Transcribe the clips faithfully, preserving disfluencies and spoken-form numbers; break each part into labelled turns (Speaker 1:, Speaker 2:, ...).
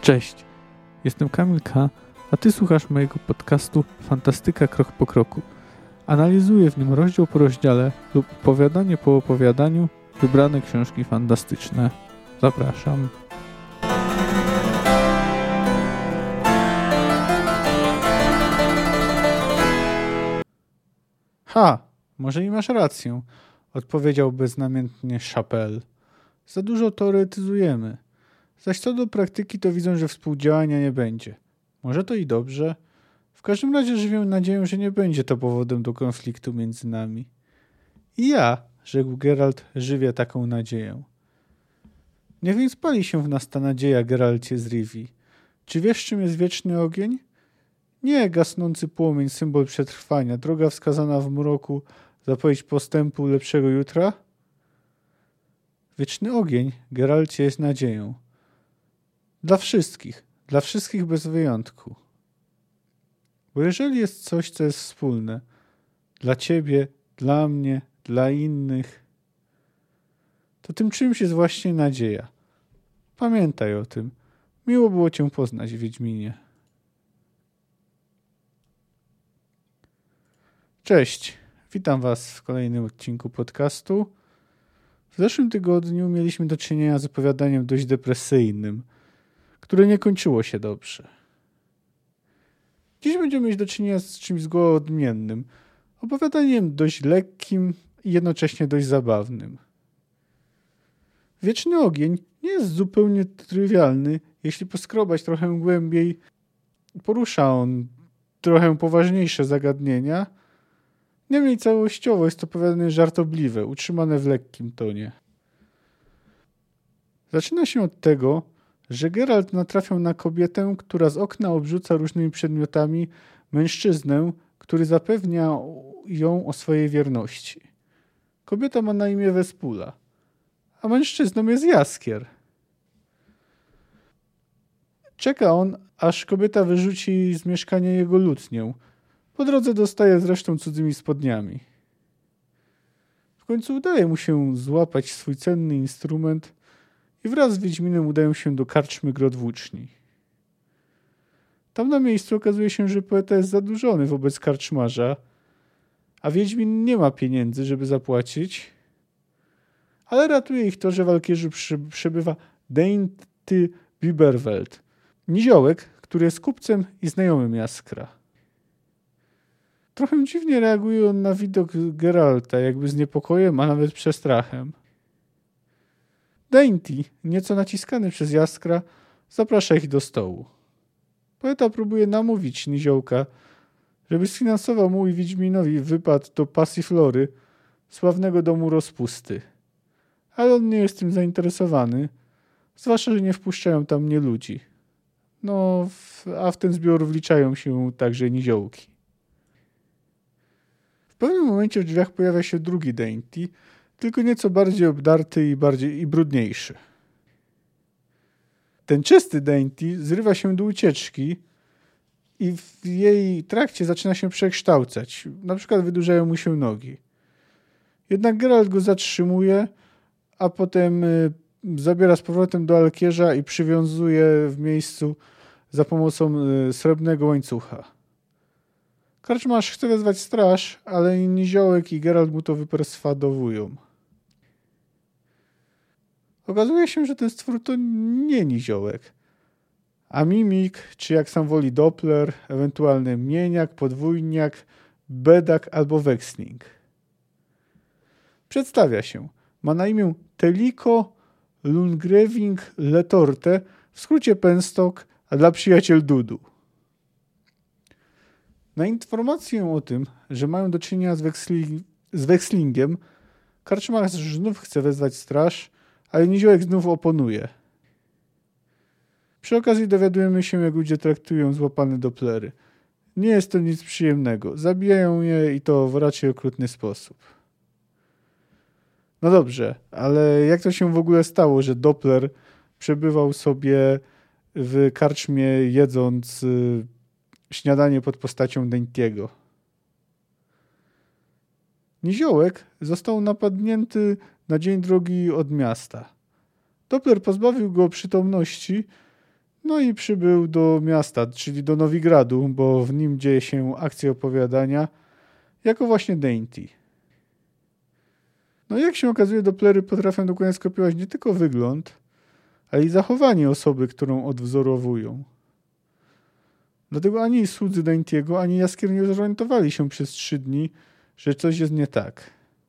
Speaker 1: Cześć, jestem Kamil K., a Ty słuchasz mojego podcastu Fantastyka Krok po Kroku. Analizuję w nim rozdział po rozdziale lub opowiadanie po opowiadaniu wybrane książki fantastyczne. Zapraszam. Ha, może i masz rację, odpowiedział beznamiętnie Chapelle. Za dużo teoretyzujemy. Zaś co do praktyki, to widzę, że współdziałania nie będzie. Może to i dobrze. W każdym razie żywię nadzieję, że nie będzie to powodem do konfliktu między nami. I ja, rzekł Geralt, żywię taką nadzieję. Niech więc pali się w nas ta nadzieja, Geralcie z Rivii. Czy wiesz, czym jest wieczny ogień? Nie gasnący płomień, symbol przetrwania, droga wskazana w mroku, zapowiedź postępu lepszego jutra? Wieczny ogień, Geralcie, jest nadzieją. Dla wszystkich, dla wszystkich bez wyjątku. Bo jeżeli jest coś, co jest wspólne, dla ciebie, dla mnie, dla innych, to tym czymś jest właśnie nadzieja. Pamiętaj o tym. Miło było cię poznać, Wiedźminie. Cześć, witam was w kolejnym odcinku podcastu. W zeszłym tygodniu mieliśmy do czynienia z opowiadaniem dość depresyjnym, które nie kończyło się dobrze. Dziś będziemy mieć do czynienia z czymś zgoła odmiennym, opowiadaniem dość lekkim i jednocześnie dość zabawnym. Wieczny ogień nie jest zupełnie trywialny, jeśli poskrobać trochę głębiej. Porusza on trochę poważniejsze zagadnienia. Niemniej całościowo jest to opowiadanie żartobliwe, utrzymane w lekkim tonie. Zaczyna się od tego, że Geralt natrafiał na kobietę, która z okna obrzuca różnymi przedmiotami mężczyznę, który zapewnia ją o swojej wierności. Kobieta ma na imię Vespula, a mężczyzną jest Jaskier. Czeka on, aż kobieta wyrzuci z mieszkania jego lutnię. Po drodze dostaje zresztą cudzymi spodniami. W końcu udaje mu się złapać swój cenny instrument i wraz z Wiedźminem udają się do karczmy Grot Włóczni. Tam na miejscu okazuje się, że poeta jest zadłużony wobec karczmarza, a Wiedźmin nie ma pieniędzy, żeby zapłacić, ale ratuje ich to, że w Alkierzu przebywa Dainty Biberwelt, niziołek, który jest kupcem i znajomym Jaskra. Trochę dziwnie reaguje on na widok Geralta, jakby z niepokojem, a nawet przestrachem. Dainty, nieco naciskany przez Jaskra, zaprasza ich do stołu. Poeta próbuje namówić niziołka, żeby sfinansował mu i Wiedźminowi wypad do Passiflory, sławnego domu rozpusty. Ale on nie jest tym zainteresowany, zwłaszcza, że nie wpuszczają tam nie ludzi. No, a w ten zbiór wliczają się także niziołki. W pewnym momencie w drzwiach pojawia się drugi Dainty, tylko nieco bardziej obdarty i bardziej i brudniejszy. Ten czysty Dainty zrywa się do ucieczki i w jej trakcie zaczyna się przekształcać. Na przykład wydłużają mu się nogi. Jednak Geralt go zatrzymuje, a potem zabiera z powrotem do Alkierza i przywiązuje w miejscu za pomocą srebrnego łańcucha. Karczmarz chce wezwać straż, ale i niziołek i Geralt mu to wyperswadowują. Okazuje się, że ten stwór to nie niziołek, a mimik, czy jak sam woli Doppler, ewentualny mieniak, podwójniak, bedak albo weksling. Przedstawia się. Ma na imię Teliko Lungreving Letorte, w skrócie Penstok, a dla przyjaciel Dudu. Na informację o tym, że mają do czynienia z, weksli- z wekslingiem, karczmarz znów chce wezwać straż, ale niziołek znów oponuje. Przy okazji dowiadujemy się, jak ludzie traktują złapane Dopplery. Nie jest to nic przyjemnego. Zabijają je i to w raczej okrutny sposób. No dobrze, ale jak to się w ogóle stało, że Doppler przebywał sobie w karczmie, jedząc y, śniadanie pod postacią Dainty'ego? Niziołek został napadnięty na dzień drogi od miasta. Doppler pozbawił go przytomności, No i przybył do miasta, czyli do Nowigradu, bo w nim dzieje się akcja opowiadania, jako właśnie Dainty. No i jak się okazuje, Dopplery potrafią dokładnie skopiować nie tylko wygląd, ale i zachowanie osoby, którą odwzorowują. Dlatego ani słudzy Dainty'ego, ani Jaskier nie zorientowali się przez trzy dni, że coś jest nie tak.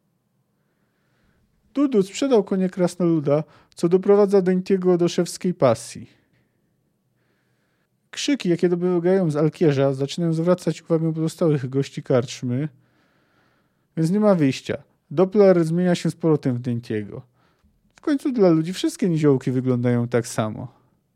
Speaker 1: Dudu sprzedał konie krasnoluda, co doprowadza Dainty'ego do szewskiej pasji. Krzyki, jakie dobiegają z Alkierza, zaczynają zwracać uwagę pozostałych gości karczmy, więc nie ma wyjścia. Doppler zmienia się z powrotem w Dainty'ego. W końcu dla ludzi wszystkie niziołki wyglądają tak samo.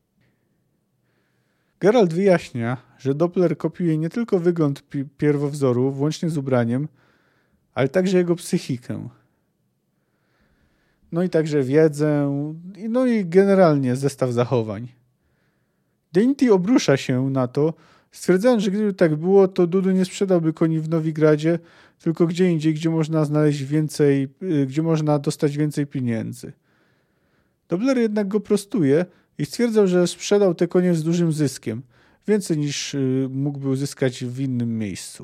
Speaker 1: Geralt wyjaśnia, że Doppler kopiuje nie tylko wygląd pierwowzoru, włącznie z ubraniem, ale także jego psychikę. No i także wiedzę, no i generalnie zestaw zachowań. Dainty obrusza się na to, stwierdzając, że gdyby tak było, to Dudu nie sprzedałby koni w Nowigradzie, tylko gdzie indziej, gdzie można znaleźć więcej, gdzie można dostać więcej pieniędzy. Doppler jednak go prostuje i stwierdzał, że sprzedał te konie z dużym zyskiem, więcej niż mógłby uzyskać w innym miejscu.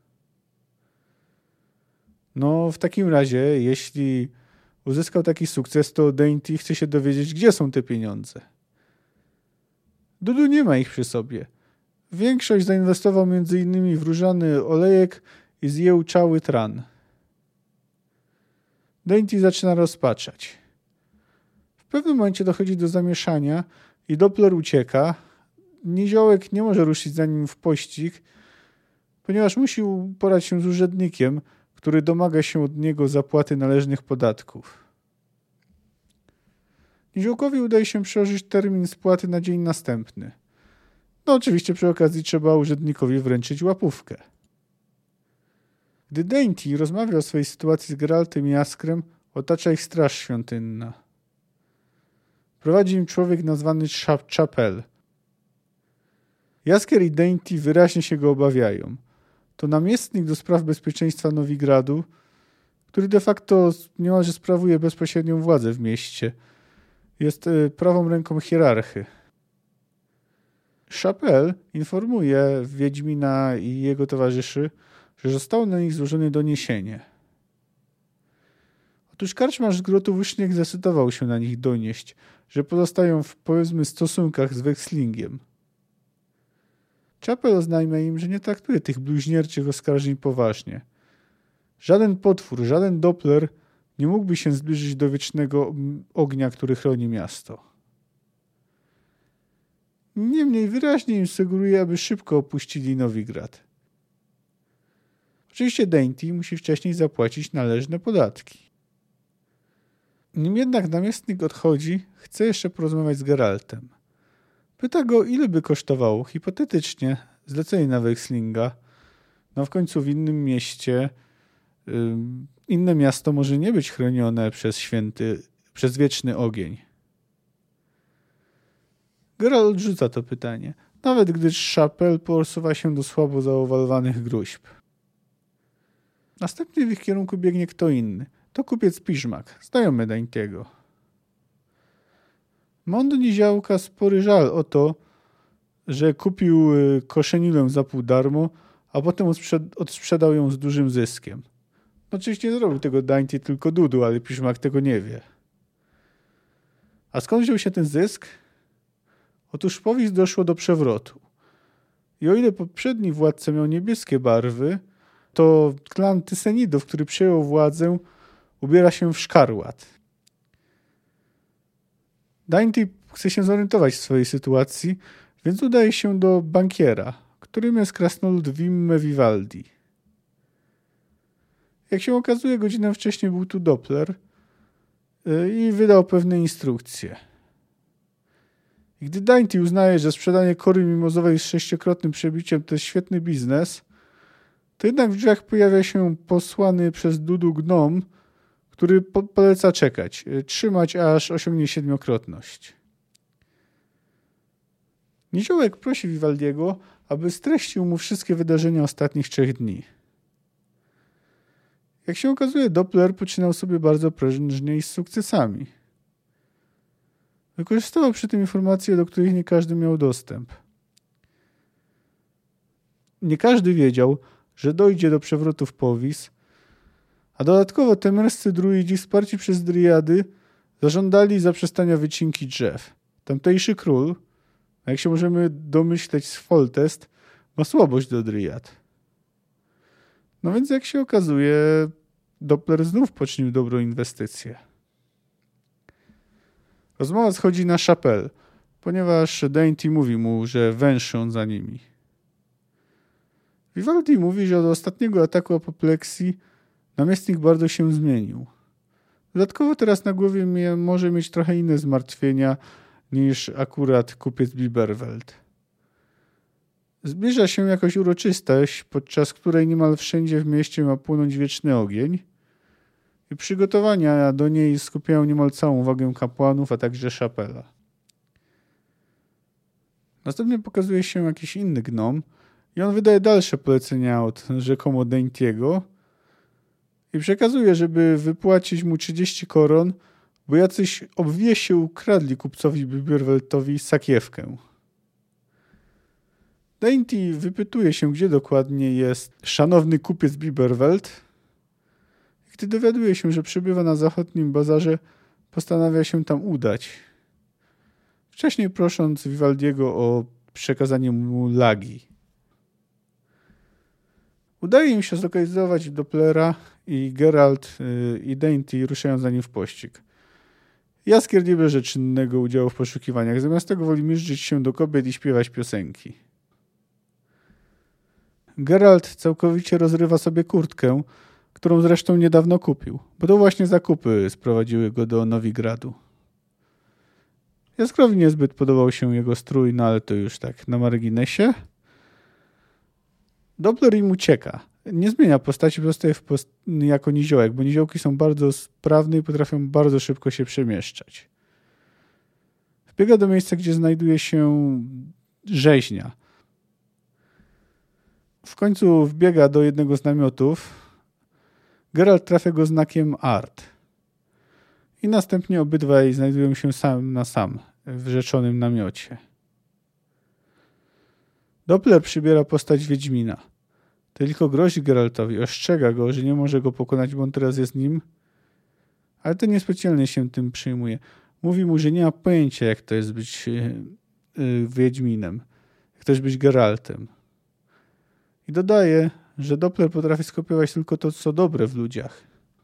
Speaker 1: No w takim razie, jeśli uzyskał taki sukces, to Dainty chce się dowiedzieć, gdzie są te pieniądze. Dudu nie ma ich przy sobie. Większość zainwestował między innymi w różany olejek i zjeł cały tran. Dainty zaczyna rozpaczać. W pewnym momencie dochodzi do zamieszania i Doppler ucieka. Niziołek nie może ruszyć za nim w pościg, ponieważ musi uporać się z urzędnikiem, który domaga się od niego zapłaty należnych podatków. Niziołkowi udaje się przełożyć termin spłaty na dzień następny. No oczywiście przy okazji trzeba urzędnikowi wręczyć łapówkę. Gdy Dainty rozmawia o swojej sytuacji z Geraltem i Jaskrem, otacza ich straż świątynna. Prowadzi im człowiek nazwany Chapel. Jaskier i Dainty wyraźnie się go obawiają. To namiestnik do spraw bezpieczeństwa Nowigradu, który de facto niemalże sprawuje bezpośrednią władzę w mieście. Jest prawą ręką hierarchy. Chapel informuje Wiedźmina i jego towarzyszy, że zostało na nich złożone doniesienie. Otóż karczmarz z Grotu Łyżniek zdecydował się na nich donieść, że pozostają w, powiedzmy, stosunkach z Wekslingiem. Chapel oznajmia im, że nie traktuje tych bluźnierczych oskarżeń poważnie. Żaden potwór, żaden Doppler nie mógłby się zbliżyć do wiecznego ognia, który chroni miasto. Niemniej wyraźnie im sugeruje, aby szybko opuścili Nowigrad. Oczywiście Dainty musi wcześniej zapłacić należne podatki. Nim jednak namiestnik odchodzi, chce jeszcze porozmawiać z Geraltem. Pyta go, ile by kosztowało, hipotetycznie, zlecenie na Wekslinga. No w końcu w innym mieście, yy, inne miasto może nie być chronione przez święty, przez wieczny ogień. Geralt odrzuca to pytanie, nawet gdy Chapel posuwa się do słabo zaowalowanych gruźb. Następnie w ich kierunku biegnie kto inny. To kupiec Piżmak, znajomy Dainty'ego. Ma on do niziołka spory żal o to, że kupił koszenilę za pół darmo, a potem odsprzedał ją z dużym zyskiem. No, oczywiście nie zrobił tego Dainty, tylko Dudu, ale Piżmak tego nie wie. A skąd wziął się ten zysk? Otóż w powieść doszło do przewrotu. I o ile poprzedni władca miał niebieskie barwy, to klan Tysenidów, który przejął władzę, ubiera się w szkarłat. Dainty chce się zorientować w swojej sytuacji, więc udaje się do bankiera, którym jest krasnolud Wimme Vivaldi. Jak się okazuje, godzinę wcześniej był tu Doppler i wydał pewne instrukcje. I gdy Dainty uznaje, że sprzedanie kory mimozowej z sześciokrotnym przebiciem to jest świetny biznes, to jednak w drzwiach pojawia się posłany przez Dudu gnom, który po- poleca czekać, trzymać aż osiągnie siedmiokrotność. Niziołek prosi Vivaldiego, aby streścił mu wszystkie wydarzenia ostatnich trzech dni. Jak się okazuje, Doppler poczynał sobie bardzo prężnie i z sukcesami. Wykorzystywał przy tym informacje, do których nie każdy miał dostęp. Nie każdy wiedział, że dojdzie do przewrotu w Powis, a dodatkowo temerscy druidzi wsparci przez Driady zażądali zaprzestania wycinki drzew. Tamtejszy król, jak się możemy domyśleć z Foltest, ma słabość do Driad. No więc jak się okazuje, Doppler znów poczynił dobrą inwestycję. Rozmowa schodzi na Chapelle, ponieważ Dainty mówi mu, że węszy on za nimi. Vivaldi mówi, że od ostatniego ataku apopleksji namiestnik bardzo się zmienił. Dodatkowo teraz na głowie mnie może mieć trochę inne zmartwienia niż akurat kupiec Biberwelt. Zbliża się jakaś uroczystość, podczas której niemal wszędzie w mieście ma płonąć wieczny ogień i przygotowania do niej skupiają niemal całą uwagę kapłanów, a także Chapelle'a. Następnie pokazuje się jakiś inny gnom i on wydaje dalsze polecenia od rzekomo Dainty'ego i przekazuje, żeby wypłacić mu trzydzieści koron, bo jacyś obwiesie ukradli kupcowi Biberweltowi sakiewkę. Dainty wypytuje się, gdzie dokładnie jest szanowny kupiec Biberwelt. Gdy dowiaduje się, że przybywa na zachodnim bazarze, postanawia się tam udać. Wcześniej prosząc Vivaldiego o przekazanie mu lagi. Udaje im się zlokalizować Dopplera i Geralt yy, i Dainty ruszają za nim w pościg. Jaskier nie bierze czynnego udziału w poszukiwaniach, zamiast tego woli miżdżyć się do kobiet i śpiewać piosenki. Geralt całkowicie rozrywa sobie kurtkę, którą zresztą niedawno kupił, bo to właśnie zakupy sprowadziły go do Nowigradu. Jaskrowi niezbyt podobał się jego strój, no ale to już tak na marginesie. Doppler im ucieka. Nie zmienia postaci, pozostaje w post- jako niziołek, bo niziołki są bardzo sprawne i potrafią bardzo szybko się przemieszczać. Wbiega do miejsca, gdzie znajduje się rzeźnia. W końcu wbiega do jednego z namiotów. Geralt trafia go znakiem Art. I następnie obydwaj znajdują się sam na sam w rzeczonym namiocie. Doppler przybiera postać Wiedźmina. Tylko grozi Geraltowi, ostrzega go, że nie może go pokonać, bo on teraz jest nim, ale ten niespecjalnie się tym przyjmuje. Mówi mu, że nie ma pojęcia, jak to jest być yy, yy, Wiedźminem, jak to jest być Geraltem. I dodaje, że Doppler potrafi skopiować tylko to, co dobre w ludziach.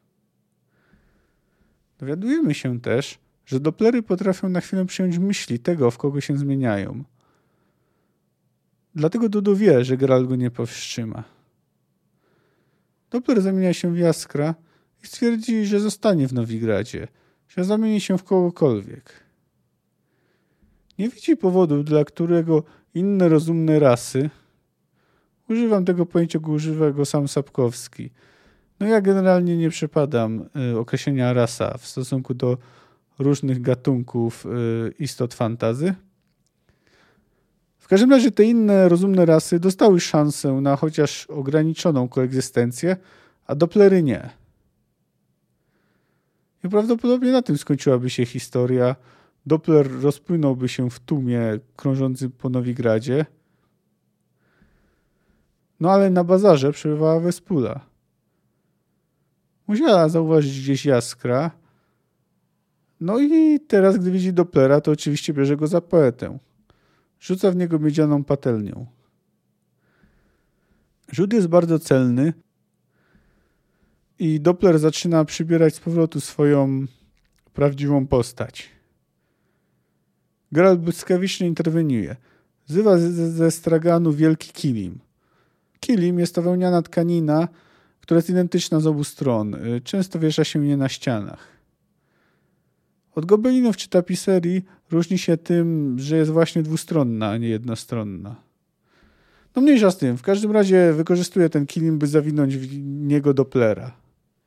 Speaker 1: Dowiadujemy się też, że Dopplery potrafią na chwilę przyjąć myśli tego, w kogo się zmieniają. Dlatego Dudu wie, że Geralt go nie powstrzyma. Doppler zamienia się w Jaskra i stwierdzi, że zostanie w Nowigradzie, że zamieni się w kogokolwiek. Nie widzi powodu, dla którego inne rozumne rasy, używam tego pojęcia, go używa go sam Sapkowski. No ja generalnie nie przepadam y, określenia rasa w stosunku do różnych gatunków y, istot fantazy. W każdym razie te inne rozumne rasy dostały szansę na chociaż ograniczoną koegzystencję, a Dopplery nie. I prawdopodobnie na tym skończyłaby się historia. Doppler rozpłynąłby się w tłumie krążącym po Nowigradzie. No ale na bazarze przebywała Vespula. Musiała zauważyć gdzieś Jaskra. No i teraz, gdy widzi Dopplera, to oczywiście bierze go za poetę. Rzuca w niego miedzianą patelnią. Rzut jest bardzo celny i Doppler zaczyna przybierać z powrotu swoją prawdziwą postać. Geralt błyskawicznie interweniuje. Zywa ze, ze straganu wielki kilim. Kilim jest to wełniana tkanina, która jest identyczna z obu stron. Często wiesza się je na ścianach. Od gobelinów czy tapiserii różni się tym, że jest właśnie dwustronna, a nie jednostronna. No mniejsza z tym. W każdym razie wykorzystuje ten kilim, by zawinąć w niego Dopplera.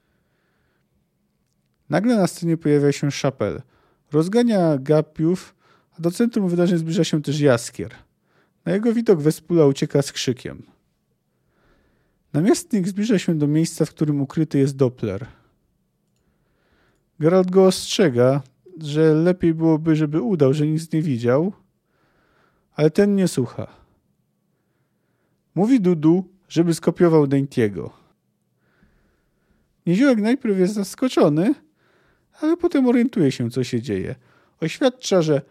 Speaker 1: Nagle na scenie pojawia się Chapelle. Rozgania gapiów, a do centrum wydarzeń zbliża się też Jaskier. Na jego widok Vespula ucieka z krzykiem. Namiestnik zbliża się do miejsca, w którym ukryty jest Doppler. Geralt go ostrzega, że lepiej byłoby, żeby udał, że nic nie widział, ale ten nie słucha. Mówi Dudu, żeby skopiował Dainty'ego. Niziołek najpierw jest zaskoczony, ale potem orientuje się, co się dzieje. Oświadcza, że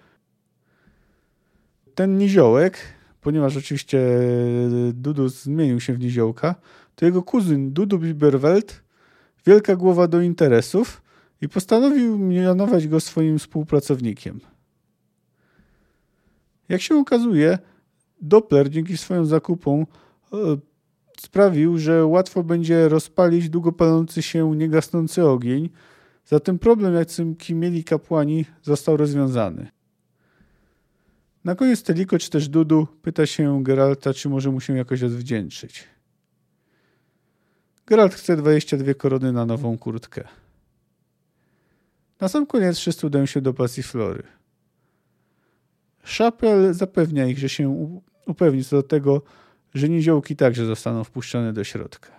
Speaker 1: ten niziołek, ponieważ oczywiście Dudu zmienił się w niziołka, to jego kuzyn Dudu Biberwelt, wielka głowa do interesów, i postanowił mianować go swoim współpracownikiem. Jak się okazuje, Doppler dzięki swoim zakupom e, sprawił, że łatwo będzie rozpalić długo palący się, niegasnący ogień. Zatem problem, jaki mieli kapłani, został rozwiązany. Na koniec Teliko czy też Dudu pyta się Geralta, czy może mu się jakoś odwdzięczyć. Geralt chce dwadzieścia dwie korony na nową kurtkę. Na sam koniec wszyscy udają się do Passiflory. Chapel zapewnia ich, że się upewni co do tego, że niziołki także zostaną wpuszczone do środka.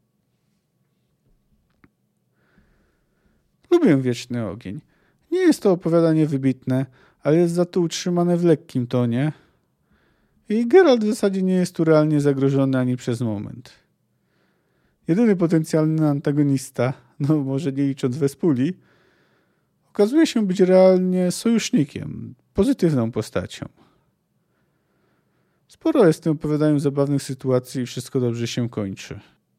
Speaker 1: Lubię Wieczny Ogień. Nie jest to opowiadanie wybitne, ale jest za to utrzymane w lekkim tonie i Geralt w zasadzie nie jest tu realnie zagrożony ani przez moment. Jedyny potencjalny antagonista, no może nie licząc Vespuli, okazuje się być realnie sojusznikiem, pozytywną postacią. Sporo jest w tym opowiadaniu zabawnych sytuacji i wszystko dobrze się kończy.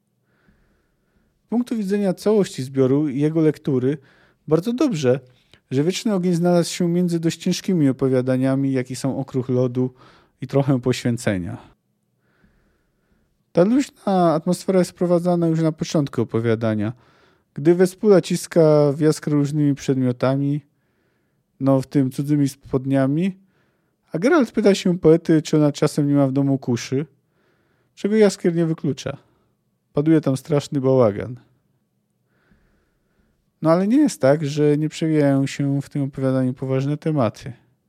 Speaker 1: Z punktu widzenia całości zbioru i jego lektury bardzo dobrze, że Wieczny Ogień znalazł się między dość ciężkimi opowiadaniami, jakie są Okruch Lodu i trochę Poświęcenia. Ta luźna atmosfera jest wprowadzana już na początku opowiadania, gdy Vespula ciska w Jaskrę różnymi przedmiotami, no w tym cudzymi spodniami, a Geralt pyta się poety, czy ona czasem nie ma w domu kuszy, czego Jaskier nie wyklucza. Paduje tam straszny bałagan. No ale nie jest tak, że nie przewijają się w tym opowiadaniu poważne tematy.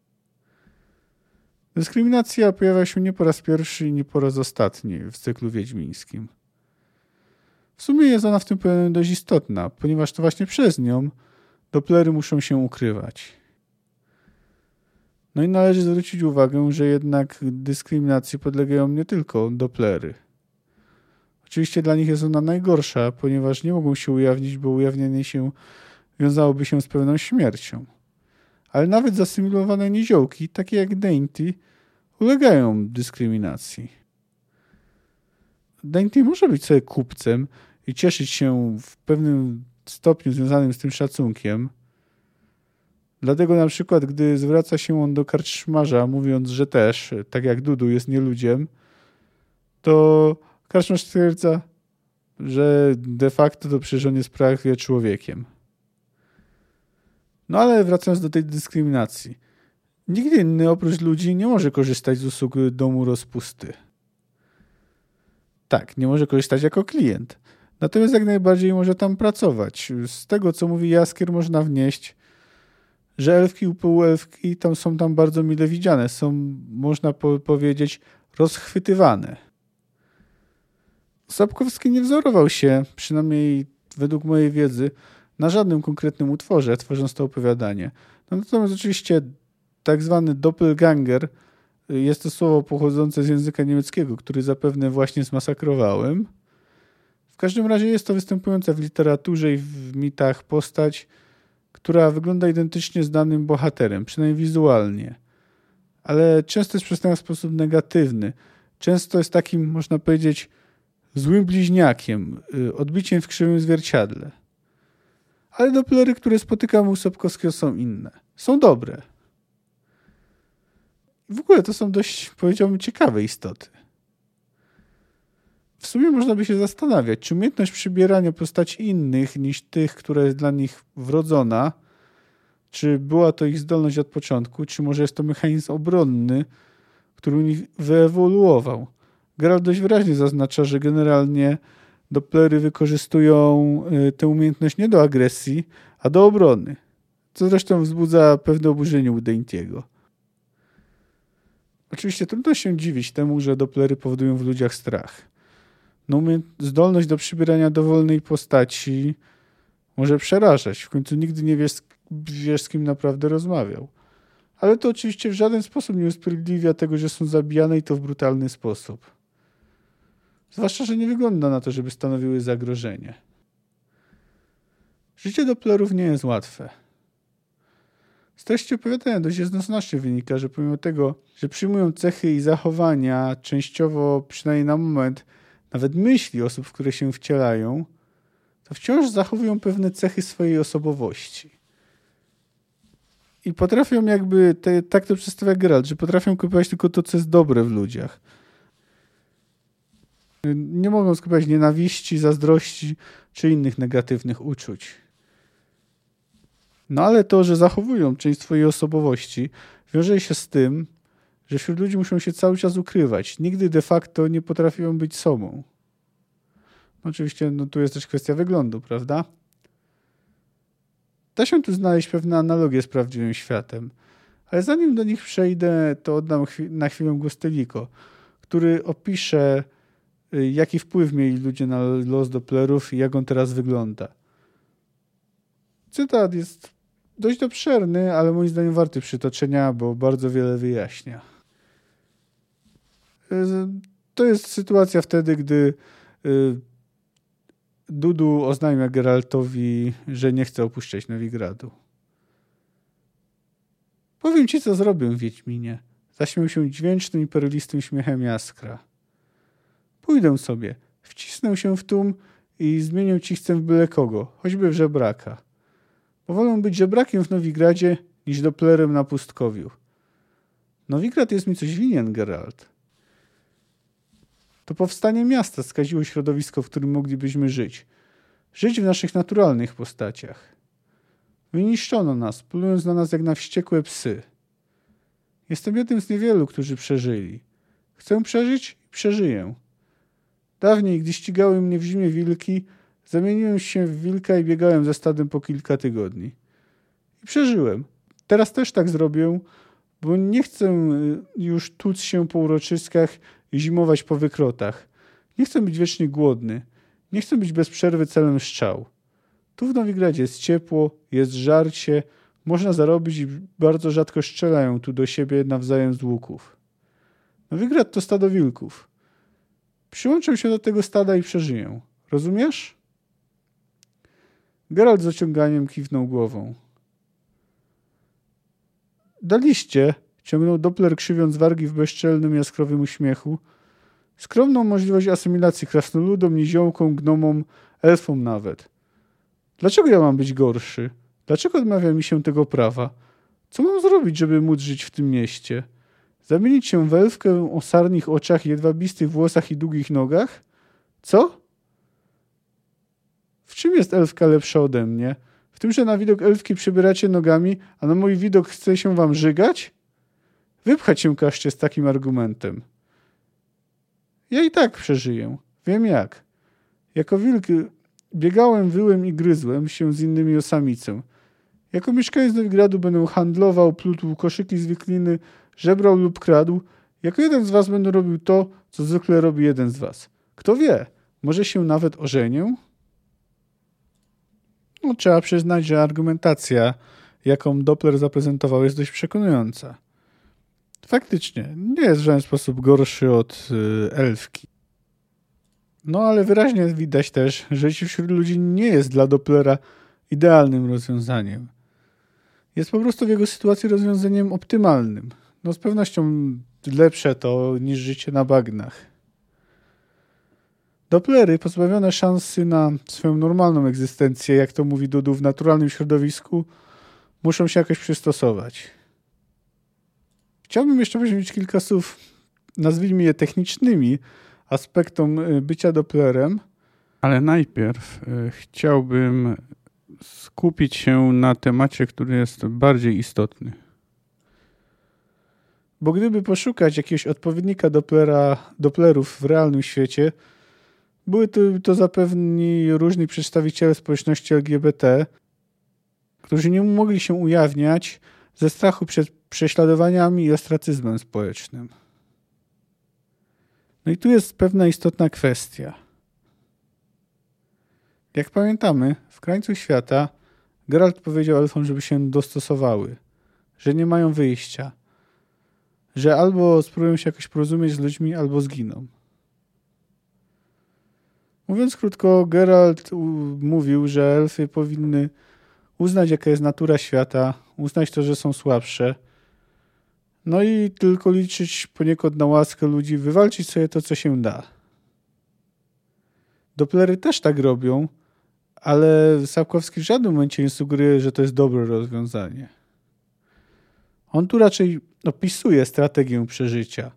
Speaker 1: Dyskryminacja pojawia się nie po raz pierwszy i nie po raz ostatni w cyklu wiedźmińskim. W sumie jest ona w tym opowiadaniu dość istotna, ponieważ to właśnie przez nią Dopplery muszą się ukrywać. No i należy zwrócić uwagę, że jednak dyskryminacji podlegają nie tylko Dopplery. Oczywiście dla nich jest ona najgorsza, ponieważ nie mogą się ujawnić, bo ujawnienie się wiązałoby się z pewną śmiercią. Ale nawet zasymilowane niziołki, takie jak Dainty, ulegają dyskryminacji. Dainty może być sobie kupcem i cieszyć się w pewnym stopniu związanym z tym szacunkiem. Dlatego na przykład, gdy zwraca się on do karczmarza, mówiąc, że też, tak jak Dudu, jest nieludziem, to karczmarz stwierdza, że de facto to przecież on jest prawie człowiekiem. No ale wracając do tej dyskryminacji. Nikt inny oprócz ludzi nie może korzystać z usług domu rozpusty. Tak, nie może korzystać jako klient. Natomiast jak najbardziej może tam pracować. Z tego, co mówi Jaskier, można wnieść, że elfki i półelfki tam są tam bardzo mile widziane. Są, można po- powiedzieć, rozchwytywane. Sapkowski nie wzorował się, przynajmniej według mojej wiedzy, na żadnym konkretnym utworze, tworząc to opowiadanie. No, natomiast oczywiście tak zwany Doppelganger jest to słowo pochodzące z języka niemieckiego, który zapewne właśnie zmasakrowałem. W każdym razie jest to występująca w literaturze i w mitach postać, która wygląda identycznie z danym bohaterem, przynajmniej wizualnie. Ale często jest przedstawiona w sposób negatywny. Często jest takim, można powiedzieć, złym bliźniakiem, odbiciem w krzywym zwierciadle. Ale Dopplery, które spotykam u Sapkowskiego, są inne. Są dobre. W ogóle to są dość, powiedziałbym, ciekawe istoty. W sumie można by się zastanawiać, czy umiejętność przybierania postaci innych niż tych, która jest dla nich wrodzona, czy była to ich zdolność od początku, czy może jest to mechanizm obronny, który u nich wyewoluował. Geralt dość wyraźnie zaznacza, że generalnie Dopplery wykorzystują tę umiejętność nie do agresji, a do obrony. Co zresztą wzbudza pewne oburzenie u Dainty'ego. Oczywiście trudno się dziwić temu, że Dopplery powodują w ludziach strach. No, zdolność do przybierania dowolnej postaci może przerażać. W końcu nigdy nie wiesz, wiesz, z kim naprawdę rozmawiał. Ale to oczywiście w żaden sposób nie usprawiedliwia tego, że są zabijane i to w brutalny sposób. Zwłaszcza, że nie wygląda na to, żeby stanowiły zagrożenie. Życie Dopplerów nie jest łatwe. Z treści opowiadania dość jednoznacznie wynika, że pomimo tego, że przyjmują cechy i zachowania, częściowo, przynajmniej na moment, nawet myśli osób, w które się wcielają, to wciąż zachowują pewne cechy swojej osobowości. I potrafią jakby, te, tak to przedstawia Geralt, że potrafią kopiować tylko to, co jest dobre w ludziach. Nie mogą skupiać nienawiści, zazdrości czy innych negatywnych uczuć. No ale to, że zachowują część swojej osobowości, wiąże się z tym, że wśród ludzi muszą się cały czas ukrywać. Nigdy de facto nie potrafią być sobą. Oczywiście no, tu jest też kwestia wyglądu, prawda? Da się tu znaleźć pewne analogie z prawdziwym światem. Ale zanim do nich przejdę, to oddam chwi- na chwilę głos Teliko, który opisze, jaki wpływ mieli ludzie na los Dopplerów i jak on teraz wygląda. Cytat jest dość obszerny, ale moim zdaniem warty przytoczenia, bo bardzo wiele wyjaśnia. To jest sytuacja wtedy, gdy Dudu oznajmia Geraltowi, że nie chce opuszczać Nowigradu. Powiem ci, co zrobię, Wiedźminie. Zaśmiał się dźwięcznym i perlistym śmiechem Jaskra. Pójdę sobie, wcisnę się w tłum i zmienię cichcem w byle kogo, choćby w żebraka. Bo wolę być żebrakiem w Nowigradzie, niż Dopplerem na pustkowiu. Nowigrad jest mi coś winien, Geralt. To powstanie miasta skaziło środowisko, w którym moglibyśmy żyć. Żyć w naszych naturalnych postaciach. Wyniszczono nas, polując na nas jak na wściekłe psy. Jestem jednym z niewielu, którzy przeżyli. Chcę przeżyć i przeżyję. Dawniej, gdy ścigały mnie w zimie wilki, zamieniłem się w wilka i biegałem ze stadem po kilka tygodni. I przeżyłem. Teraz też tak zrobię, bo nie chcę już tuc się po uroczyskach i zimować po wykrotach. Nie chcę być wiecznie głodny. Nie chcę być bez przerwy celem strzał. Tu w Nowigradzie jest ciepło, jest żarcie, można zarobić i bardzo rzadko strzelają tu do siebie nawzajem z łuków. Nowigrad to stado wilków. Przyłączę się do tego stada i przeżyję. Rozumiesz? Geralt z ociąganiem kiwnął głową. Daliście, ciągnął Doppler, krzywiąc wargi w bezczelnym, jaskrowym uśmiechu, skromną możliwość asymilacji krasnoludom, niziołkom, gnomom, elfom nawet. Dlaczego ja mam być gorszy? Dlaczego odmawia mi się tego prawa? Co mam zrobić, żeby móc żyć w tym mieście? Zamienić się w elfkę o sarnich oczach, jedwabistych włosach i długich nogach? Co? W czym jest elfka lepsza ode mnie? W tym, że na widok elfki przybieracie nogami, a na mój widok chce się wam żygać? Wypchać się każcie z takim argumentem. Ja i tak przeżyję. Wiem jak. Jako wilk biegałem, wyłem i gryzłem się z innymi o samicę. Jako mieszkaniec Nowigradu będę handlował, plótł koszyki z wikliny, żebrał lub kradł. Jako jeden z was będę robił to, co zwykle robi jeden z was. Kto wie, może się nawet ożenię? No, trzeba przyznać, że argumentacja, jaką Doppler zaprezentował, jest dość przekonująca. Faktycznie, nie jest w żaden sposób gorszy od y, elfki. No ale wyraźnie widać też, że życie wśród ludzi nie jest dla Dopplera idealnym rozwiązaniem. Jest po prostu w jego sytuacji rozwiązaniem optymalnym. No z pewnością lepsze to niż życie na bagnach. Dopplery pozbawione szansy na swoją normalną egzystencję, jak to mówi Dudu, w naturalnym środowisku, muszą się jakoś przystosować. Chciałbym jeszcze poświęcić kilka słów, nazwijmy je technicznymi, aspektom bycia Dopplerem, ale najpierw chciałbym skupić się na temacie, który jest bardziej istotny. Bo gdyby poszukać jakiegoś odpowiednika Dopplera, Dopplerów w realnym świecie, były to, to zapewne różni przedstawiciele społeczności L G B T, którzy nie mogli się ujawniać ze strachu przed prześladowaniami i ostracyzmem społecznym. No i tu jest pewna istotna kwestia. Jak pamiętamy, w krańcu świata Geralt powiedział elfom, żeby się dostosowały, że nie mają wyjścia, że albo spróbują się jakoś porozumieć z ludźmi, albo zginą. Mówiąc krótko, Geralt mówił, że elfy powinny uznać, jaka jest natura świata, uznać to, że są słabsze, no i tylko liczyć poniekąd na łaskę ludzi, wywalczyć sobie to, co się da. Doplery też tak robią, ale Sapkowski w żadnym momencie nie sugeruje, że to jest dobre rozwiązanie. On tu raczej opisuje strategię przeżycia.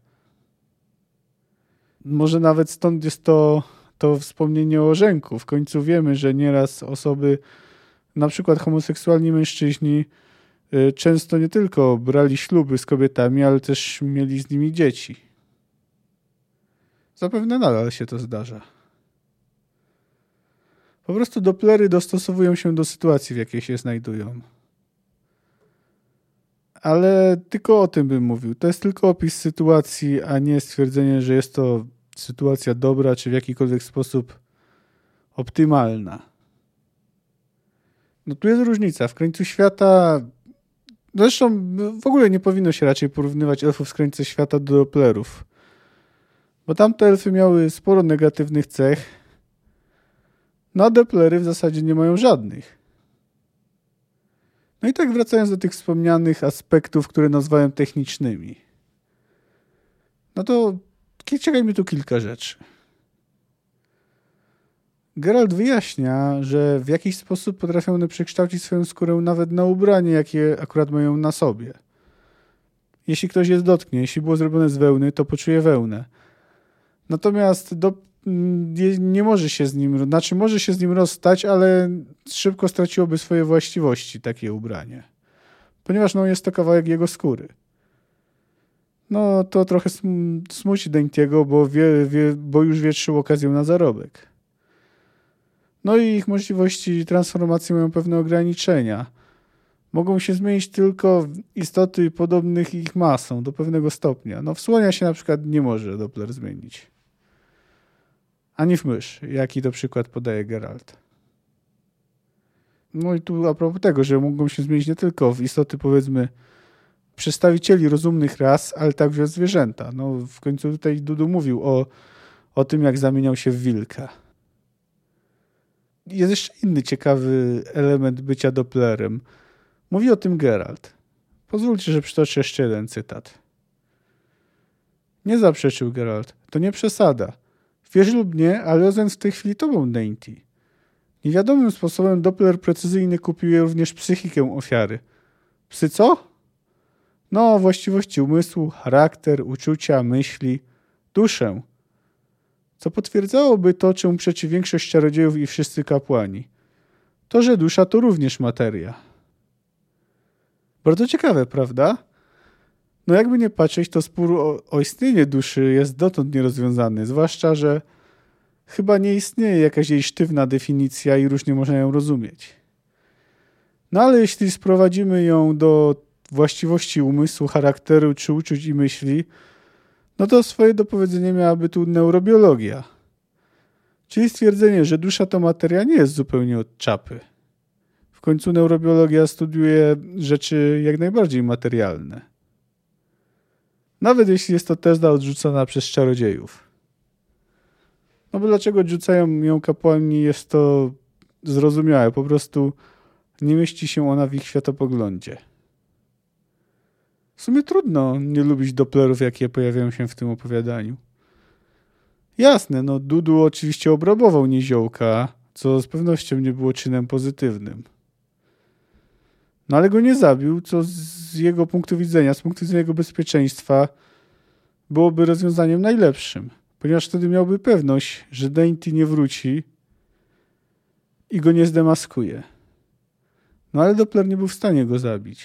Speaker 1: Może nawet stąd jest to, to wspomnienie o orzenku. W końcu wiemy, że nieraz osoby, na przykład homoseksualni mężczyźni, często nie tylko brali śluby z kobietami, ale też mieli z nimi dzieci. Zapewne nadal się to zdarza. Po prostu doplery dostosowują się do sytuacji, w jakiej się znajdują. Ale tylko o tym bym mówił. To jest tylko opis sytuacji, a nie stwierdzenie, że jest to sytuacja dobra, czy w jakikolwiek sposób optymalna. No tu jest różnica. W krańcu świata... Zresztą w ogóle nie powinno się raczej porównywać elfów z krańca świata do doplerów. Bo tamte elfy miały sporo negatywnych cech, no a doplery w zasadzie nie mają żadnych. No i tak wracając do tych wspomnianych aspektów, które nazwałem technicznymi. No to czekajmy tu kilka rzeczy. Geralt wyjaśnia, że w jakiś sposób potrafią one przekształcić swoją skórę nawet na ubranie, jakie akurat mają na sobie. Jeśli ktoś jest dotknie, jeśli było zrobione z wełny, to poczuje wełnę. Natomiast do, nie może się z nim, znaczy może się z nim rozstać, ale szybko straciłoby swoje właściwości takie ubranie. Ponieważ no, jest to kawałek jego skóry. No to trochę smuci Dainty'ego, bo, wie, wie, bo już wietrzył okazję na zarobek. No i ich możliwości transformacji mają pewne ograniczenia. Mogą się zmienić tylko istoty podobnych ich masą do pewnego stopnia. No w słonia się na przykład nie może Doppler zmienić. Ani w mysz, jaki to przykład podaje Geralt. No i tu a propos tego, że mogą się zmienić nie tylko w istoty powiedzmy przedstawicieli rozumnych ras, ale także w zwierzęta. No w końcu tutaj Dudu mówił o, o tym, jak zamieniał się w wilka. Jest jeszcze inny ciekawy element bycia Dopplerem. Mówi o tym Geralt. Pozwólcie, że przytoczę jeszcze jeden cytat. Nie zaprzeczył Geralt. To nie przesada. Wierz lub nie, ale Ozen w tej chwili tobą, Dainty. Niewiadomym sposobem Doppler precyzyjnie kopiuje również psychikę ofiary. Psy co? No, właściwości umysłu, charakter, uczucia, myśli, duszę. Co potwierdzałoby to, czemu przeczy większość czarodziejów i wszyscy kapłani. To, że dusza to również materia. Bardzo ciekawe, prawda? No jakby nie patrzeć, to spór o, o istnienie duszy jest dotąd nierozwiązany, zwłaszcza, że chyba nie istnieje jakaś jej sztywna definicja i różnie można ją rozumieć. No ale jeśli sprowadzimy ją do właściwości umysłu, charakteru czy uczuć i myśli, no to swoje do powiedzenia miałaby tu neurobiologia. Czyli stwierdzenie, że dusza to materia nie jest zupełnie od czapy. W końcu neurobiologia studiuje rzeczy jak najbardziej materialne. Nawet jeśli jest to teza odrzucona przez czarodziejów. No bo dlaczego odrzucają ją kapłani, jest to zrozumiałe. Po prostu nie mieści się ona w ich światopoglądzie. W sumie trudno nie lubić Dopplerów, jakie pojawiają się w tym opowiadaniu. Jasne, no Dudu oczywiście obrabował Niziołka, co z pewnością nie było czynem pozytywnym. No ale go nie zabił, co z jego punktu widzenia, z punktu widzenia jego bezpieczeństwa byłoby rozwiązaniem najlepszym, ponieważ wtedy miałby pewność, że Dainty nie wróci i go nie zdemaskuje. No ale Doppler nie był w stanie go zabić.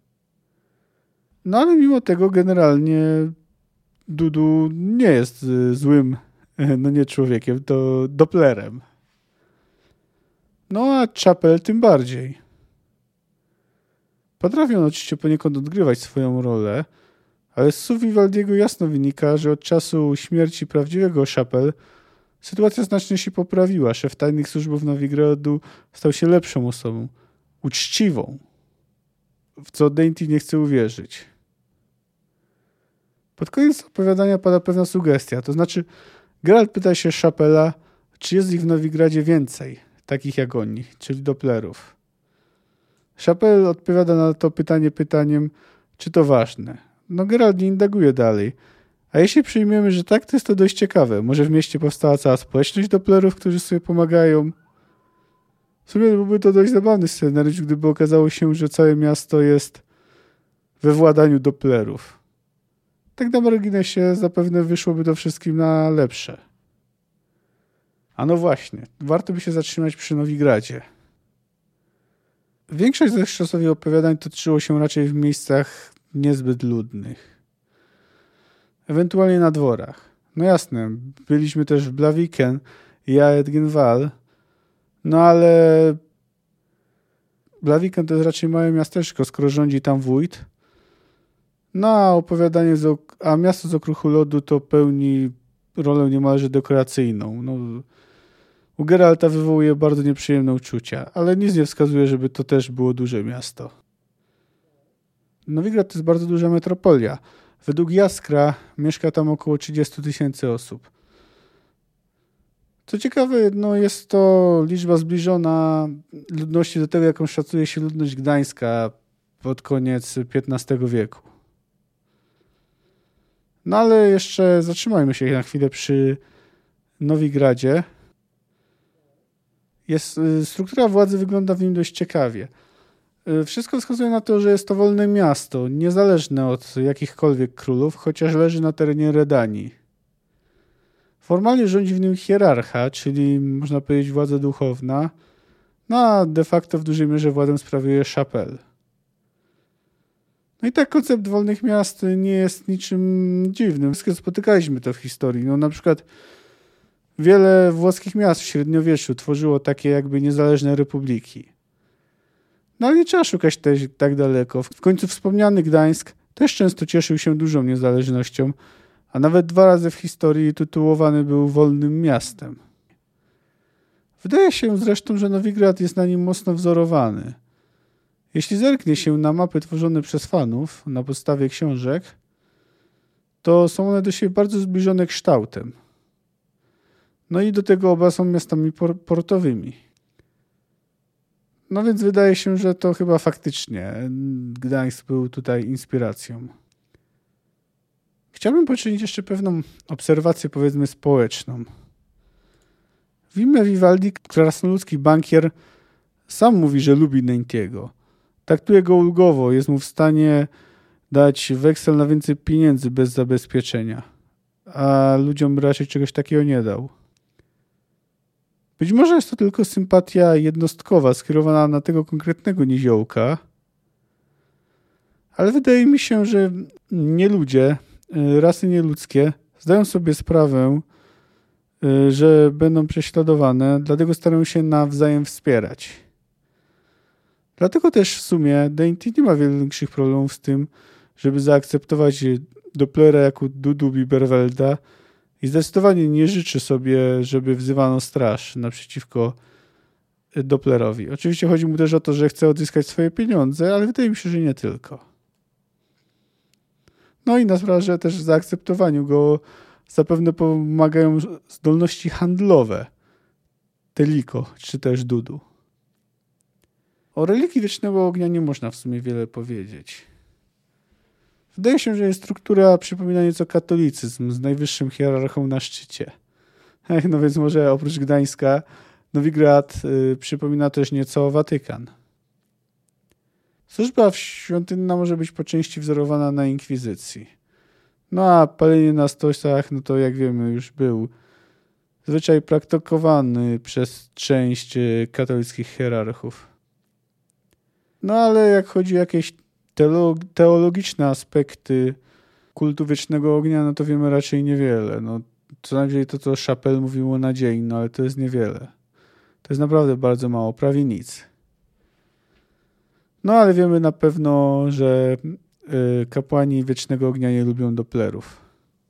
Speaker 1: No ale mimo tego generalnie Dudu nie jest złym, no nie człowiekiem, to Dopplerem. No a Chapel tym bardziej. Potrafią oczywiście poniekąd odgrywać swoją rolę, ale z słów Vivaldiego jasno wynika, że od czasu śmierci prawdziwego Chapel sytuacja znacznie się poprawiła. Szef tajnych służb Nowigradu stał się lepszą osobą. uczciwą, w co Dainty nie chce uwierzyć. Pod koniec opowiadania pada pewna sugestia, to znaczy Geralt pyta się Chapela, czy jest ich w Nowigradzie więcej, takich jak oni, czyli Dopplerów. Chapel odpowiada na to pytanie pytaniem, czy to ważne. No Geralt nie indaguje dalej. A jeśli przyjmiemy, że tak, to jest to dość ciekawe. Może w mieście powstała cała społeczność Dopplerów, którzy sobie pomagają. W sumie byłby to dość zabawny scenariusz, gdyby okazało się, że całe miasto jest we władaniu Dopplerów. Tak na marginesie zapewne wyszłoby to wszystkim na lepsze. A no właśnie, warto by się zatrzymać przy Nowigradzie. Większość dotychczasowych opowiadań toczyło się raczej w miejscach niezbyt ludnych. Ewentualnie na dworach. No jasne, byliśmy też w Blaviken i Aedginval, no ale Blaviken to jest raczej małe miasteczko, skoro rządzi tam wójt. No a opowiadanie, z ok- a miasto z okruchu lodu to pełni rolę niemalże dekoracyjną. No, u Geralta wywołuje bardzo nieprzyjemne uczucia, ale nic nie wskazuje, żeby to też było duże miasto. Nowigrad to jest bardzo duża metropolia. Według Jaskra mieszka tam około trzydzieści tysięcy osób. Co ciekawe, no jest to liczba zbliżona ludności do tego, jaką szacuje się ludność Gdańska pod koniec piętnastego wieku. No ale jeszcze zatrzymajmy się na chwilę przy Nowigradzie. Jest, struktura władzy wygląda w nim dość ciekawie. Wszystko wskazuje na to, że jest to wolne miasto, niezależne od jakichkolwiek królów, chociaż leży na terenie Redanii. Formalnie rządzi w nim hierarcha, czyli można powiedzieć władza duchowna, no a de facto w dużej mierze władzę sprawuje Chapel. No i tak koncept wolnych miast nie jest niczym dziwnym. Wszystkie spotykaliśmy to w historii. No na przykład wiele włoskich miast w średniowieczu tworzyło takie jakby niezależne republiki. No ale nie trzeba szukać też tak daleko. W końcu wspomniany Gdańsk też często cieszył się dużą niezależnością, a nawet dwa razy w historii tytułowany był wolnym miastem. Wydaje się zresztą, że Nowigrad jest na nim mocno wzorowany. Jeśli zerknie się na mapy tworzone przez fanów na podstawie książek, to są one do siebie bardzo zbliżone kształtem. No i do tego oba są miastami por- portowymi. No więc wydaje się, że to chyba faktycznie Gdańsk był tutaj inspiracją. Chciałbym poczynić jeszcze pewną obserwację, powiedzmy, społeczną. Wime Vivaldi, krasnoludzki bankier, sam mówi, że lubi Dainty'ego. Traktuje go ulgowo, jest mu w stanie dać weksel na więcej pieniędzy bez zabezpieczenia, a ludziom raczej czegoś takiego nie dał. Być może jest to tylko sympatia jednostkowa skierowana na tego konkretnego niziołka, ale wydaje mi się, że nie ludzie, rasy nieludzkie zdają sobie sprawę, że będą prześladowane, dlatego starają się nawzajem wspierać. Dlatego też w sumie Dainty nie ma większych problemów z tym, żeby zaakceptować Dopplera jako Dudu Biberwelda i zdecydowanie nie życzy sobie, żeby wzywano straż naprzeciwko Dopplerowi. Oczywiście chodzi mu też o to, że chce odzyskać swoje pieniądze, ale wydaje mi się, że nie tylko. No i na sprawę, że też w zaakceptowaniu go zapewne pomagają zdolności handlowe Teliko czy też Dudu. O religii Wiecznego Ognia nie można w sumie wiele powiedzieć. Wydaje się, że jej struktura przypomina nieco katolicyzm z najwyższym hierarchą na szczycie. No więc może oprócz Gdańska Nowigrad y, przypomina też nieco Watykan. Służba świątynna może być po części wzorowana na inkwizycji. No a palenie na stosach, no to jak wiemy już był zwyczaj praktykowany przez część y, katolickich hierarchów. No ale jak chodzi o jakieś teolog- teologiczne aspekty kultu Wiecznego Ognia, no to wiemy raczej niewiele. No, co najmniej to, co Chapel mówił o nadziei, no ale to jest niewiele. To jest naprawdę bardzo mało, prawie nic. No ale wiemy na pewno, że y, kapłani Wiecznego Ognia nie lubią Dopplerów.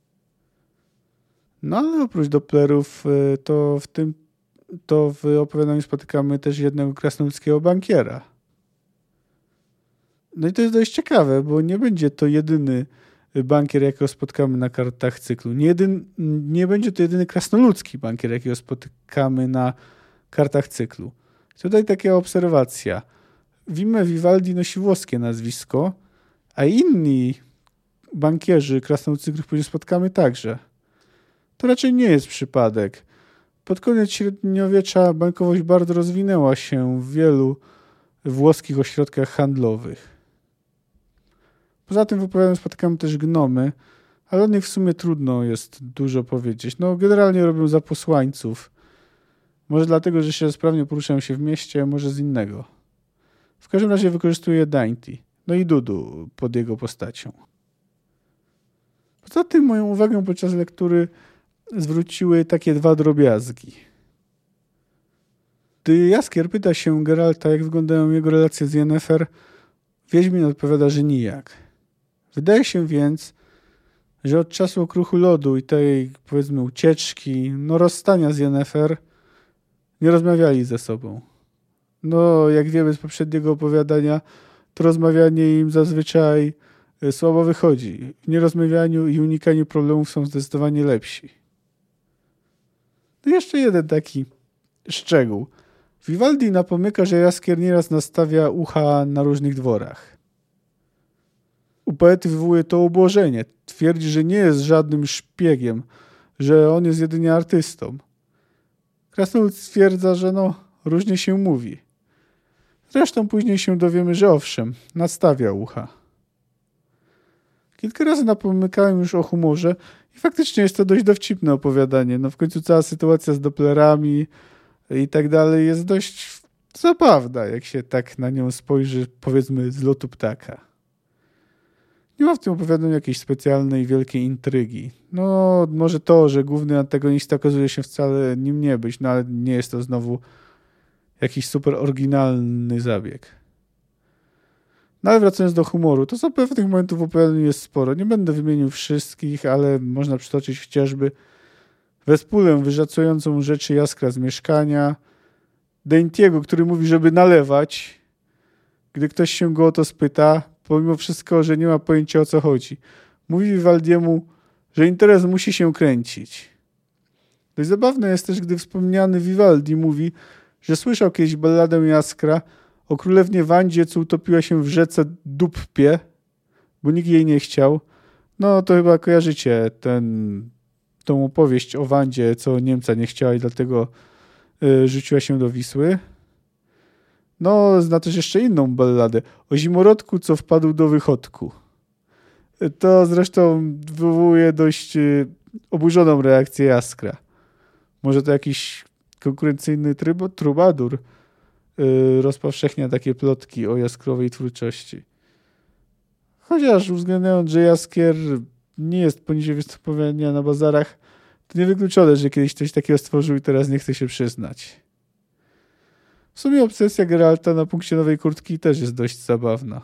Speaker 1: No ale oprócz Dopplerów y, to w tym to w opowiadaniu spotykamy też jednego krasnoludzkiego bankiera. No i to jest dość ciekawe, bo nie będzie to jedyny bankier, jakiego spotkamy na kartach cyklu. Nie, jedyn, nie będzie to jedyny krasnoludzki bankier, jakiego spotykamy na kartach cyklu. Tutaj taka obserwacja. W imię Vivaldi nosi włoskie nazwisko, a inni bankierzy krasnoludcy, których później spotkamy, także. To raczej nie jest przypadek. Pod koniec średniowiecza bankowość bardzo rozwinęła się w wielu włoskich ośrodkach handlowych. Poza tym w opowiadaniu spotykamy też gnomy, ale o nich w sumie trudno jest dużo powiedzieć. No generalnie robią za posłańców. Może dlatego, że się sprawnie poruszają się w mieście, może z innego. W każdym razie wykorzystuje Dainty, no i Dudu pod jego postacią. Poza tym moją uwagę podczas lektury zwróciły takie dwa drobiazgi. Gdy Jaskier pyta się Geralta, jak wyglądają jego relacje z Yennefer, Wiedźmin odpowiada, że nijak. Wydaje się więc, że od czasu okruchu lodu i tej, powiedzmy, ucieczki, no rozstania z Yennefer, nie rozmawiali ze sobą. No, jak wiemy z poprzedniego opowiadania, to rozmawianie im zazwyczaj słabo wychodzi. W nierozmawianiu i unikaniu problemów są zdecydowanie lepsi. No jeszcze jeden taki szczegół. Vivaldi napomyka, że Jaskier nieraz nastawia ucha na różnych dworach. U poety wywołuje to obłożenie. Twierdzi, że nie jest żadnym szpiegiem, że on jest jedynie artystą. Krasnolud stwierdza, że no, różnie się mówi. Zresztą później się dowiemy, że owszem, nastawia ucha. Kilka razy napomykałem już o humorze i faktycznie jest to dość dowcipne opowiadanie. No w końcu cała sytuacja z Dopplerami i tak dalej jest dość zabawna, jak się tak na nią spojrzy, powiedzmy, z lotu ptaka. Nie ma w tym opowiadaniu jakiejś specjalnej, wielkiej intrygi. No, może to, że główny antagonista okazuje się wcale nim nie być, no ale nie jest to znowu jakiś super oryginalny zabieg. No ale wracając do humoru, to co pewnych momentów w opowiadaniu jest sporo. Nie będę wymienił wszystkich, ale można przytoczyć chociażby Wespulę wyrzacującą rzeczy Jaskra z mieszkania, Dainty'ego, który mówi, żeby nalewać, gdy ktoś się go o to spyta, pomimo wszystko, że nie ma pojęcia, o co chodzi. Mówi Vivaldiemu, że interes musi się kręcić. Dość zabawne jest też, gdy wspomniany Vivaldi mówi, że słyszał kiedyś balladę Jaskra o królewnie Wandzie, co utopiła się w rzece Duppie, bo nikt jej nie chciał. No to chyba kojarzycie ten, tą opowieść o Wandzie, co Niemca nie chciała i dlatego y, rzuciła się do Wisły. No, zna też jeszcze inną balladę o zimorodku, co wpadł do wychodku. To zresztą wywołuje dość y, oburzoną reakcję Jaskra. Może to jakiś konkurencyjny tryb, trubadur y, rozpowszechnia takie plotki o jaskrowej twórczości. Chociaż uwzględniając, że Jaskier nie jest poniżej występowania na bazarach, to niewykluczone, że kiedyś coś takiego stworzył i teraz nie chce się przyznać. W sumie obsesja Geralta na punkcie nowej kurtki też jest dość zabawna.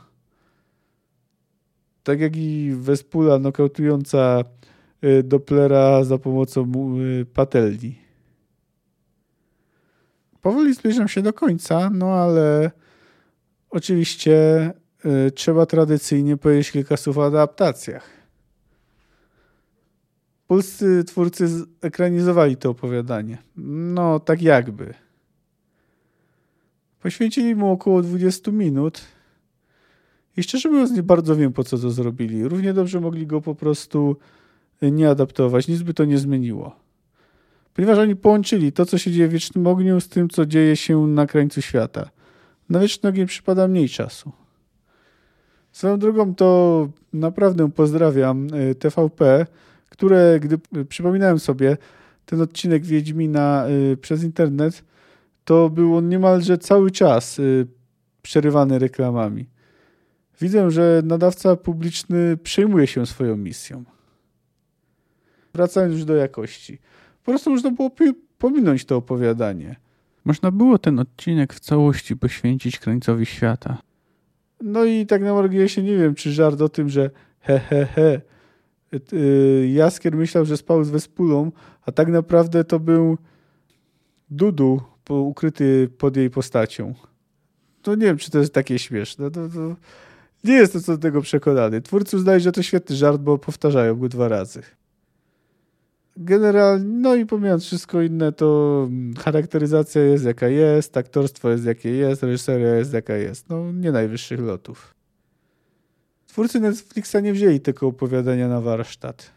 Speaker 1: Tak jak i Wespula nokautująca y, Dopplera za pomocą y, patelni. Powoli zbliżam się do końca, no ale oczywiście y, trzeba tradycyjnie powiedzieć kilka słów o adaptacjach. Polscy twórcy ekranizowali to opowiadanie. No, tak jakby. Poświęcili mu około dwadzieścia minut i szczerze mówiąc nie bardzo wiem, po co to zrobili. Równie dobrze mogli go po prostu nie adaptować. Nic by to nie zmieniło. Ponieważ oni połączyli to, co się dzieje w Wiecznym Ogniu z tym, co dzieje się na krańcu świata. Na Wieczny Ogień przypada mniej czasu. Swoją drogą to naprawdę pozdrawiam T V P, które, gdy przypominałem sobie ten odcinek Wiedźmina przez internet, to był on niemalże cały czas przerywany reklamami. Widzę, że nadawca publiczny przejmuje się swoją misją. Wracając już do jakości. Po prostu można było pominąć to opowiadanie. Można było ten odcinek w całości poświęcić krańcowi świata. No i tak na marginesie nie wiem, czy żart o tym, że he he he Jaskier myślał, że spał z Wespulą, a tak naprawdę to był Dudu ukryty pod jej postacią. To nie wiem, czy to jest takie śmieszne. To, to Nie jestem co do tego przekonany. Twórcy uznają, że to świetny żart, bo powtarzają go dwa razy. Generalnie, no i pomijając wszystko inne, to charakteryzacja jest jaka jest, aktorstwo jest jakie jest, reżyseria jest jaka jest. No nie najwyższych lotów. Twórcy Netflixa nie wzięli tego opowiadania na warsztat.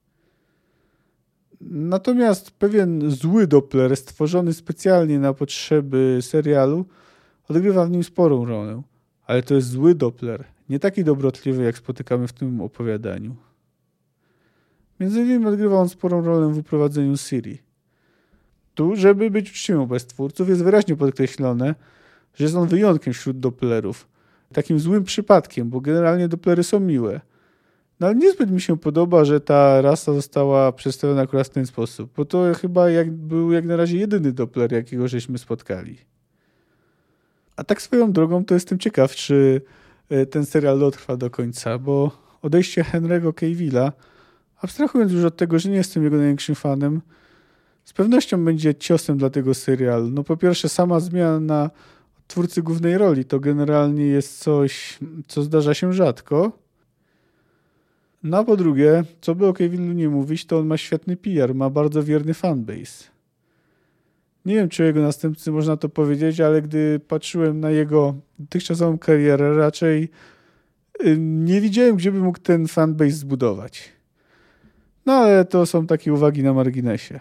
Speaker 1: Natomiast pewien zły Doppler stworzony specjalnie na potrzeby serialu odgrywa w nim sporą rolę. Ale to jest zły Doppler, nie taki dobrotliwy, jak spotykamy w tym opowiadaniu. Między innymi odgrywa on sporą rolę w uprowadzeniu Siri. Tu, żeby być uczciwym wobec twórców, jest wyraźnie podkreślone, że jest on wyjątkiem wśród Dopplerów. Takim złym przypadkiem, bo generalnie Dopplery są miłe. No ale niezbyt mi się podoba, że ta rasa została przedstawiona akurat w ten sposób, bo to chyba jak, był jak na razie jedyny Doppler, jakiego żeśmy spotkali. A tak swoją drogą to jestem ciekaw, czy ten serial dotrwa do końca, bo odejście Henry'ego Cavilla, abstrahując już od tego, że nie jestem jego największym fanem, z pewnością będzie ciosem dla tego serialu. No po pierwsze, sama zmiana twórcy głównej roli to generalnie jest coś, co zdarza się rzadko. No a po drugie, co by o Cavillu nie mówić, to on ma świetny P R, ma bardzo wierny fanbase. Nie wiem, czy o jego następcy można to powiedzieć, ale gdy patrzyłem na jego dotychczasową karierę, raczej nie widziałem, gdzie by mógł ten fanbase zbudować. No ale to są takie uwagi na marginesie.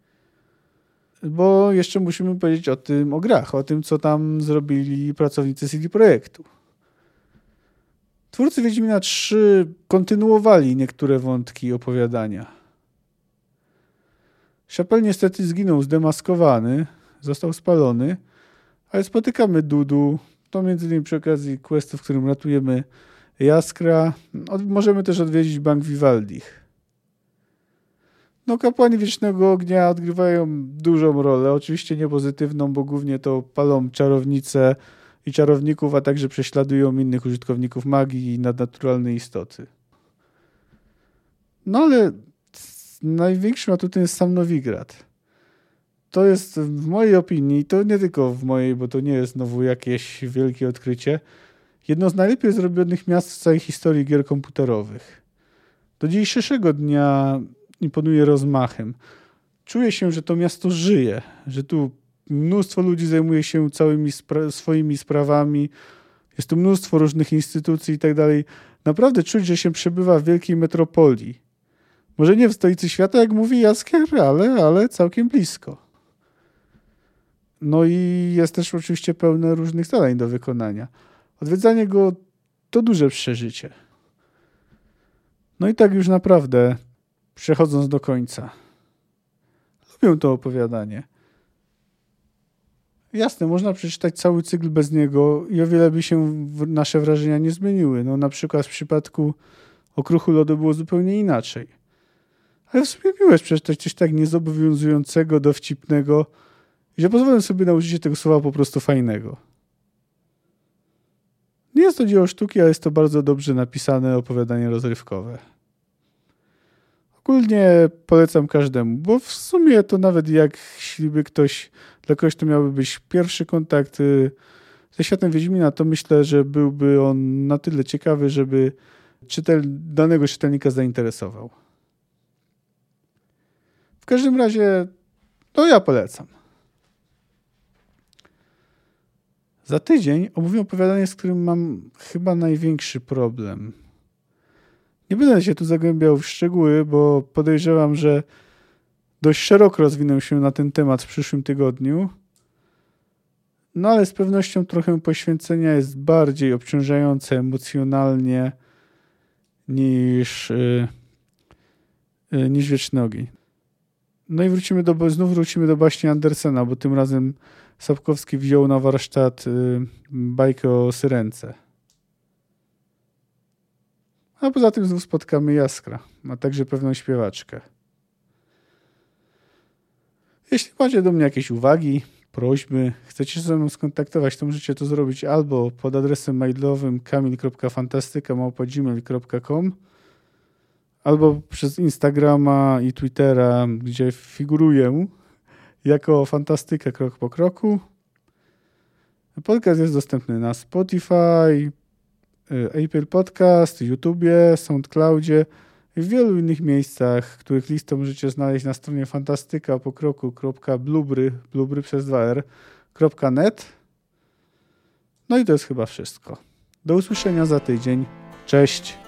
Speaker 1: Bo jeszcze musimy powiedzieć o tym, o grach, o tym, co tam zrobili pracownicy C D Projektu. Twórcy Wiedźmina trzy kontynuowali niektóre wątki opowiadania. Chapelle niestety zginął zdemaskowany, został spalony, ale spotykamy Dudu, to między innymi przy okazji questu, w którym ratujemy Jaskra. Możemy też odwiedzić Bank Vivaldich. No, kapłani Wiecznego Ognia odgrywają dużą rolę, oczywiście nie pozytywną, bo głównie to palą czarownice i czarowników, a także prześladują innych użytkowników magii i nadnaturalne istoty. No ale największym atutem jest sam Nowigrad. To jest w mojej opinii, to nie tylko w mojej, bo to nie jest znowu jakieś wielkie odkrycie, jedno z najlepiej zrobionych miast w całej historii gier komputerowych. Do dzisiejszego dnia imponuje rozmachem. Czuję się, że to miasto żyje, że tu mnóstwo ludzi zajmuje się całymi spra- swoimi sprawami, jest tu mnóstwo różnych instytucji i tak dalej. Naprawdę czuć, że się przebywa w wielkiej metropolii. Może nie w stolicy świata, jak mówi Jaskier, ale, ale całkiem blisko. No i jest też oczywiście pełne różnych zadań do wykonania. Odwiedzanie go to duże przeżycie. No i tak już naprawdę, przechodząc do końca. Lubię to opowiadanie. Jasne, można przeczytać cały cykl bez niego i o wiele by się nasze wrażenia nie zmieniły. No na przykład w przypadku Okruchu Lodu było zupełnie inaczej. Ale w sumie miło jest przeczytać coś tak niezobowiązującego, dowcipnego, że pozwolę sobie na użycie tego słowa po prostu fajnego. Nie jest to dzieło sztuki, ale jest to bardzo dobrze napisane opowiadanie rozrywkowe. Ogólnie polecam każdemu, bo w sumie to nawet jak jeśli ktoś, dla kogoś to miałby być pierwszy kontakt ze światem Wiedźmina, to myślę, że byłby on na tyle ciekawy, żeby czytel, danego czytelnika zainteresował. W każdym razie, to ja polecam. Za tydzień omówię opowiadanie, z którym mam chyba największy problem. Nie będę się tu zagłębiał w szczegóły, bo podejrzewam, że dość szeroko rozwinę się na ten temat w przyszłym tygodniu. No ale z pewnością trochę poświęcenia jest bardziej obciążające emocjonalnie niż, yy, yy, niż Wieczny Ogień. No i wrócimy do, znów wrócimy do baśni Andersena, bo tym razem Sapkowski wziął na warsztat yy, bajkę o Syrence. A poza tym znów spotkamy Jaskra, a także pewną śpiewaczkę. Jeśli macie do mnie jakieś uwagi, prośby, chcecie się ze mną skontaktować, to możecie to zrobić albo pod adresem mailowym kamil kropka fantastyka małpa gmail kropka com, albo przez Instagrama i Twittera, gdzie figuruję jako Fantastyka krok po kroku. Podcast jest dostępny na Spotify, Apple Podcast, YouTubie, SoundCloudzie i w wielu innych miejscach, których listę możecie znaleźć na stronie fantastyka pokroku kropka blubry, blubry przez dwa r, kropka net. No i to jest chyba wszystko. Do usłyszenia za tydzień. Cześć!